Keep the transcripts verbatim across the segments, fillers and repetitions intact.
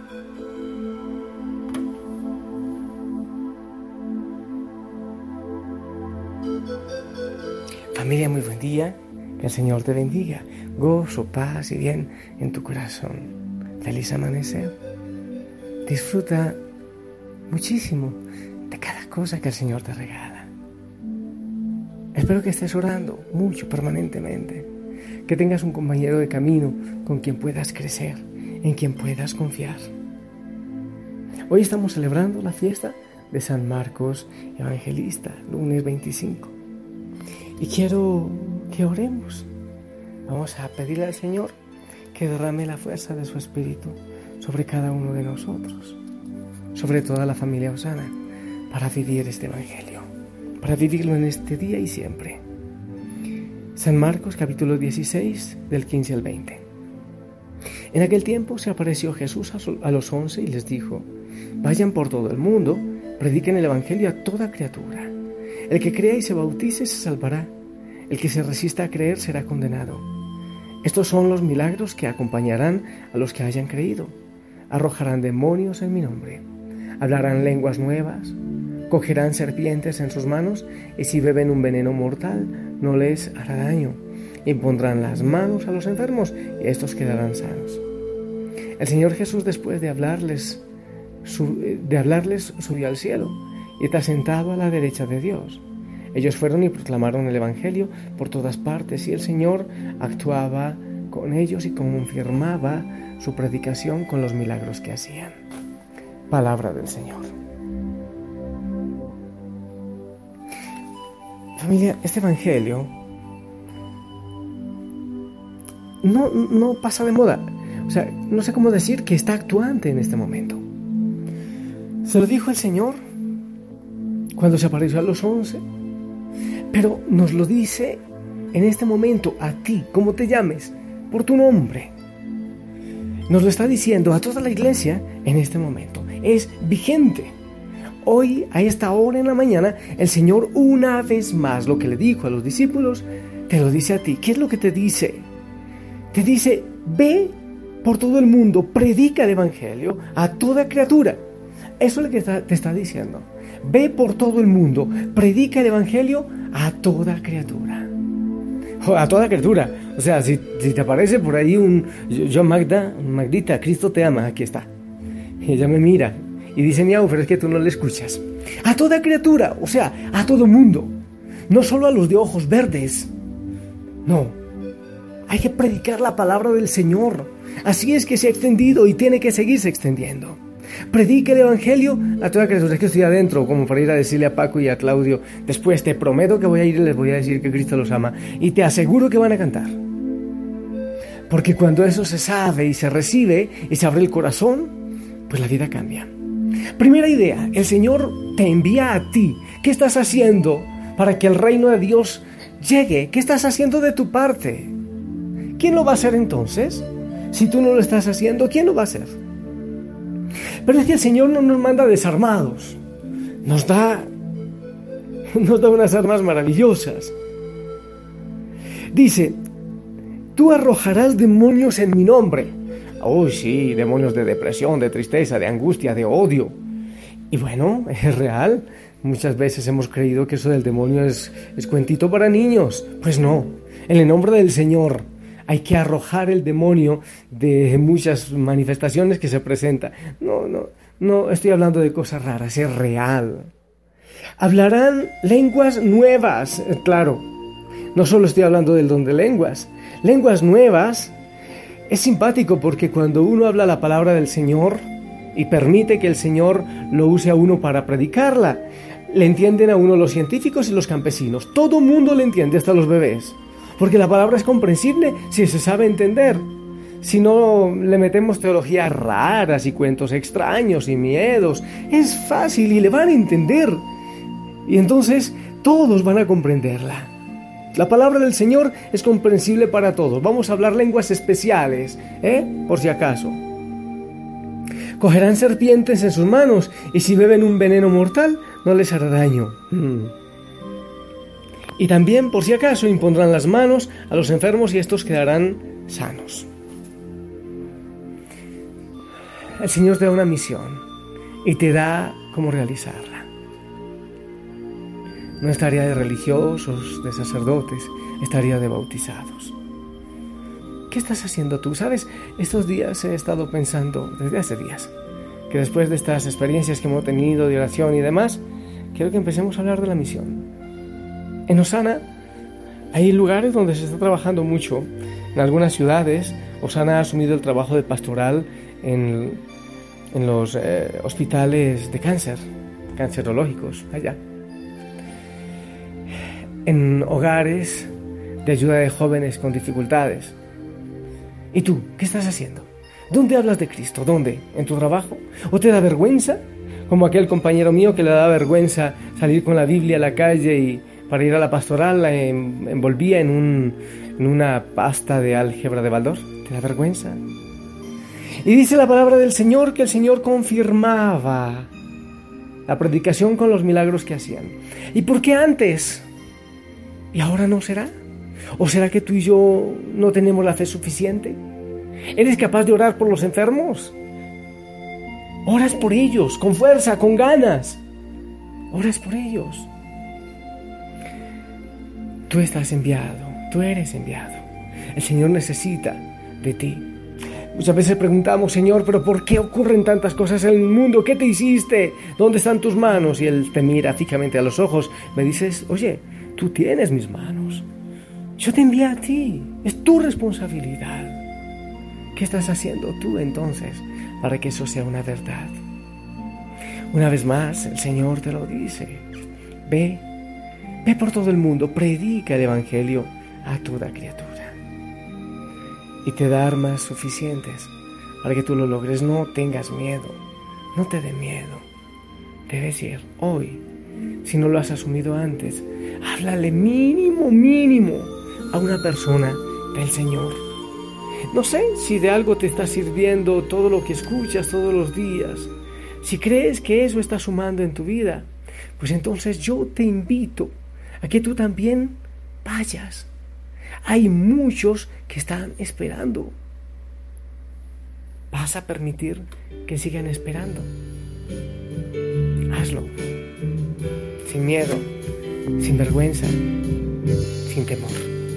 Familia, muy buen día. Que el Señor te bendiga. Gozo, paz y bien en tu corazón. Feliz amanecer. Disfruta muchísimo de cada cosa que el Señor te regala. Espero que estés orando mucho, permanentemente. Que tengas un compañero de camino con quien puedas crecer, en quien puedas confiar. Hoy estamos celebrando la fiesta de San Marcos Evangelista, lunes veinticinco. Y quiero que oremos. Vamos a pedirle al Señor que derrame la fuerza de su Espíritu sobre cada uno de nosotros, sobre toda la familia Osana, para vivir este Evangelio, para vivirlo en este día y siempre. San Marcos capítulo dieciséis, del quince al veinte. En aquel tiempo se apareció Jesús a los once y les dijo: vayan por todo el mundo, prediquen el Evangelio a toda criatura. El que crea y se bautice se salvará. El que se resista a creer será condenado. Estos son los milagros que acompañarán a los que hayan creído. Arrojarán demonios en mi nombre. Hablarán lenguas nuevas. Cogerán serpientes en sus manos y si beben un veneno mortal no les hará daño. Impondrán las manos a los enfermos y estos quedarán sanos. El Señor Jesús, después de hablarles, de hablarles subió al cielo y está sentado a la derecha de Dios. Ellos fueron y proclamaron el Evangelio por todas partes y el Señor actuaba con ellos y confirmaba su predicación con los milagros que hacían. Palabra del Señor. Familia, este Evangelio no, no pasa de moda. O sea, no sé cómo decir que está actuante en este momento. Se lo dijo el Señor cuando se apareció a los once, pero nos lo dice en este momento a ti, como te llames, por tu nombre. Nos lo está diciendo a toda la iglesia en este momento. Es vigente. Hoy, a esta hora en la mañana, el Señor una vez más lo que le dijo a los discípulos, te lo dice a ti. ¿Qué es lo que te dice? Te dice, ve por todo el mundo, predica el Evangelio a toda criatura. Eso es lo que está, te está diciendo. Ve por todo el mundo, predica el Evangelio a toda criatura. A toda criatura. O sea, si, si te aparece por ahí un yo Magda, Magdita, Cristo te ama, aquí está. Y ella me mira y dice, miau, pero es que tú no le escuchas. A toda criatura, o sea, a todo mundo. No solo a los de ojos verdes. No. Hay que predicar la palabra del Señor. Así es que se ha extendido y tiene que seguirse extendiendo. Predica el Evangelio a toda criatura. Es que estoy adentro como para ir a decirle a Paco y a Claudio, después te prometo que voy a ir y les voy a decir que Cristo los ama, y te aseguro que van a cantar. Porque cuando eso se sabe y se recibe y se abre el corazón, pues la vida cambia. Primera idea, el Señor te envía a ti. ¿Qué estás haciendo para que el reino de Dios llegue? ¿Qué estás haciendo de tu parte? ¿Quién lo va a hacer entonces? Si tú no lo estás haciendo, ¿quién lo va a hacer? Pero es que el Señor no nos manda desarmados, nos da, nos da unas armas maravillosas. Dice, tú arrojarás demonios en mi nombre. Uy, sí, demonios de depresión, de tristeza, de angustia, de odio. Y bueno, es real. Muchas veces hemos creído que eso del demonio es, es cuentito para niños. Pues no, en el nombre del Señor hay que arrojar el demonio de muchas manifestaciones que se presentan. No, no, no estoy hablando de cosas raras, es real. Hablarán lenguas nuevas, claro. No solo estoy hablando del don de lenguas. Lenguas nuevas es simpático porque cuando uno habla la palabra del Señor y permite que el Señor lo use a uno para predicarla, le entienden a uno los científicos y los campesinos. Todo mundo le entiende, hasta los bebés. Porque la palabra es comprensible si se sabe entender. Si no le metemos teologías raras y cuentos extraños y miedos, es fácil y le van a entender. Y entonces todos van a comprenderla. La palabra del Señor es comprensible para todos. Vamos a hablar lenguas especiales, ¿eh? Por si acaso. Cogerán serpientes en sus manos y si beben un veneno mortal no les hará daño. Hmm. Y también, por si acaso, impondrán las manos a los enfermos y estos quedarán sanos. el Señor te da una misión y te da cómo realizarla. No es tarea de religiosos, de sacerdotes, es tarea de bautizados. ¿Qué estás haciendo tú? ¿Sabes? Estos días he estado pensando, desde hace días, que después de estas experiencias que hemos tenido de oración y demás, quiero que empecemos a hablar de la misión. En Osana hay lugares donde se está trabajando mucho. En algunas ciudades, Osana ha asumido el trabajo de pastoral en, en los eh, hospitales de cáncer, cancerológicos, allá. En hogares de ayuda de jóvenes con dificultades. ¿Y tú, qué estás haciendo? ¿Dónde hablas de Cristo? ¿Dónde? ¿En tu trabajo? ¿O te da vergüenza? Como aquel compañero mío que le da vergüenza salir con la Biblia a la calle y para ir a la pastoral la envolvía en, un, en una pasta de álgebra de Baldor. ¿Te da vergüenza? Y dice la palabra del Señor que el Señor confirmaba la predicación con los milagros que hacían. ¿Y por qué antes? ¿Y ahora no será? ¿O será que tú y yo no tenemos la fe suficiente? ¿Eres capaz de orar por los enfermos? Oras por ellos, con fuerza, con ganas. Oras por ellos. Tú estás enviado, tú eres enviado. El Señor necesita de ti. Muchas veces preguntamos, Señor, ¿pero por qué ocurren tantas cosas en el mundo? ¿Qué te hiciste? ¿Dónde están tus manos? Y Él te mira fijamente a los ojos. Me dices, oye, tú tienes mis manos. Yo te envié a ti. Es tu responsabilidad. ¿Qué estás haciendo tú entonces para que eso sea una verdad? Una vez más, el Señor te lo dice. Ve, ve por todo el mundo, predica el Evangelio a toda criatura. Y te da armas suficientes para que tú lo logres. No tengas miedo, no te dé miedo. Debes ir hoy. Si no lo has asumido antes, háblale mínimo, mínimo a una persona del Señor. No sé si de algo te está sirviendo todo lo que escuchas todos los días. Si crees que eso está sumando en tu vida, pues entonces yo te invito a que tú también vayas. Hay muchos que están esperando. ¿Vas a permitir que sigan esperando? Hazlo. Sin miedo, sin vergüenza, sin temor.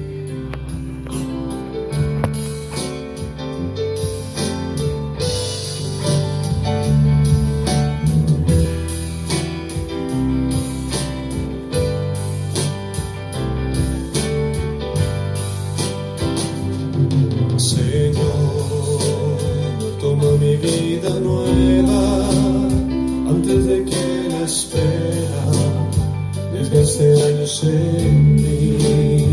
Vida nueva, antes de que la espera desgaste años en mí.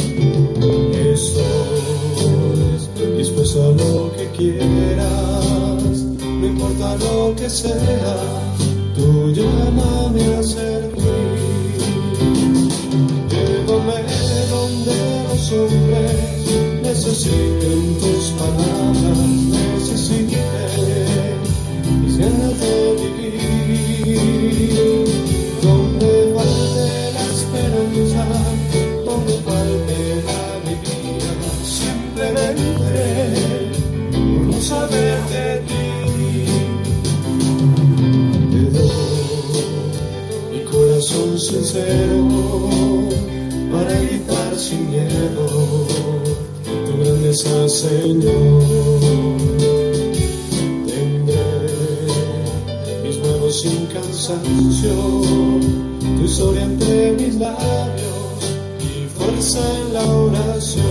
Estoy dispuesto a lo que quieras, no importa lo que sea, tú llámame a servir. Llévame donde los hombres necesiten tus palabras, necesiten mis ganas de vivir. Donde falte la esperanza, donde falte la alegría, simplemente por no saber de ti. Te doy mi corazón sincero para gritar sin miedo tu grandeza, Señor. Sin cansancio, tu historia entre mis labios y fuerza en la oración.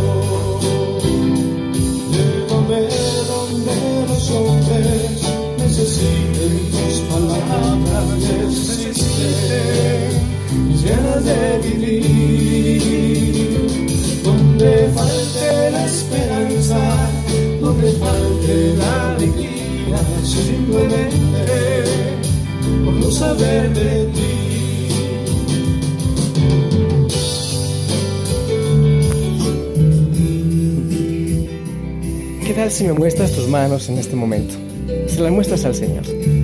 Llévame donde los hombres necesiten tus palabras, necesiten mis ganas de vivir. Donde falte la esperanza, donde falte la alegría, simplemente por no saber de ti. ¿Qué tal si me muestras tus manos en este momento? Se las muestras al Señor.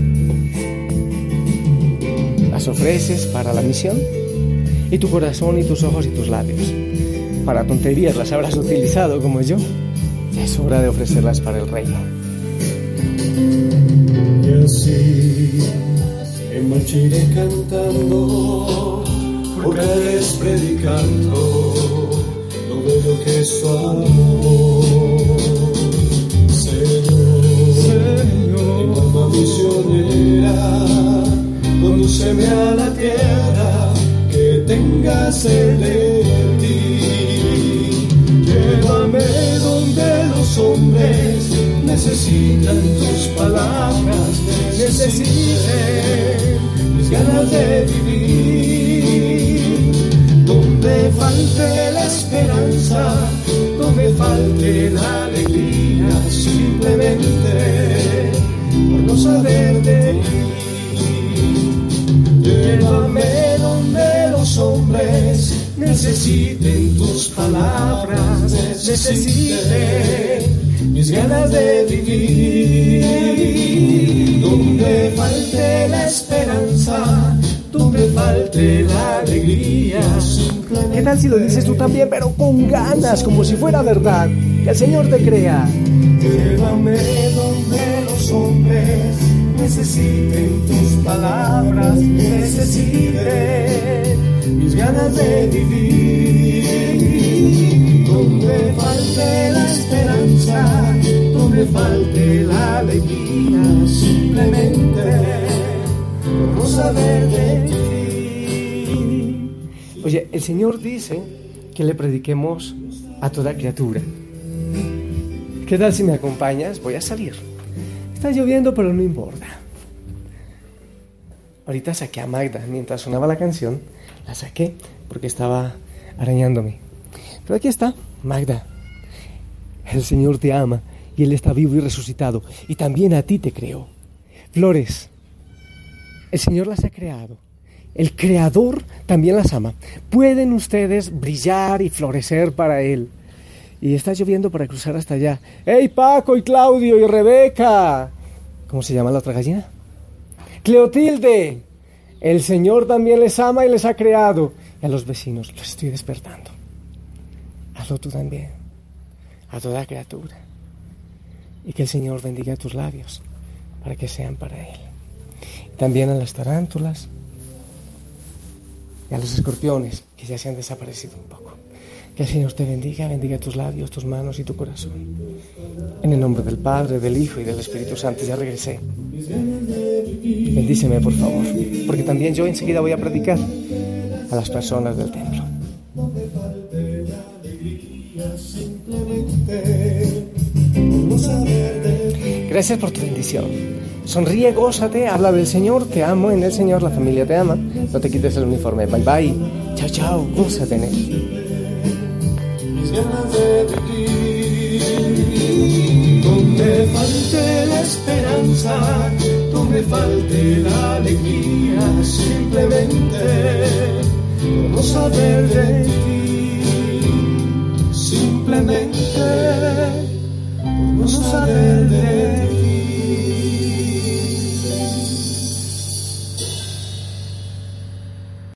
Las ofreces para la misión y tu corazón y tus ojos y tus labios. Para tonterías las habrás utilizado como yo. Ya es hora de ofrecerlas para el reino. que marchiré cantando, porque eres predicando lo bello que es su amor. Señor, Señor, en alma misionera, condúceme a la tierra que tenga sed de ti. Llévame donde los hombres necesitan tus palabras, necesiten mis ganas de vivir. Donde falte la esperanza, donde falte la alegría, simplemente por no saber de ti. Llévame donde los hombres necesiten tus palabras, necesiten mis ganas de vivir. Donde falte la esperanza, donde falte la alegría. ¿Qué tal si lo dices tú también, pero con ganas, como si fuera verdad? Que el Señor te crea. Llévame donde los hombres necesiten tus palabras, necesiten mis ganas de vivir. Donde falte la esperanza, donde falte la alegría, simplemente por no saber de ti. Oye, el Señor dice que le prediquemos a toda criatura. ¿Qué tal si me acompañas? Voy a salir. Está lloviendo, pero no importa. Ahorita saqué a Magda. Mientras sonaba la canción, la saqué porque estaba arañándome. Pero aquí está, Magda. El Señor te ama y Él está vivo y resucitado. Y también a ti te creó. Flores, el Señor las ha creado. El Creador también las ama. Pueden ustedes brillar y florecer para Él. Y está lloviendo para cruzar hasta allá. ¡Hey, Paco y Claudio y Rebeca! ¿Cómo se llama la otra gallina? Cleotilde. El Señor también les ama y les ha creado. Y a los vecinos los estoy despertando. Hazlo tú también. A toda criatura. Y que el Señor bendiga tus labios para que sean para Él. Y también a las tarántulas y a los escorpiones que ya se han desaparecido un poco. Que el Señor te bendiga, bendiga tus labios, tus manos y tu corazón. En el nombre del Padre, del Hijo y del Espíritu Santo. Ya regresé. Bendíceme, por favor, porque también yo enseguida voy a predicar a las personas del templo. Gracias por tu bendición. Sonríe, gózate, habla del Señor, te amo en el Señor, la familia te ama. No te quites el uniforme. Bye bye. Chao, chao. Gózate en Él. Donde falte la esperanza, donde falte la alegría, simplemente por no saber de ti, simplemente por no saber de ti.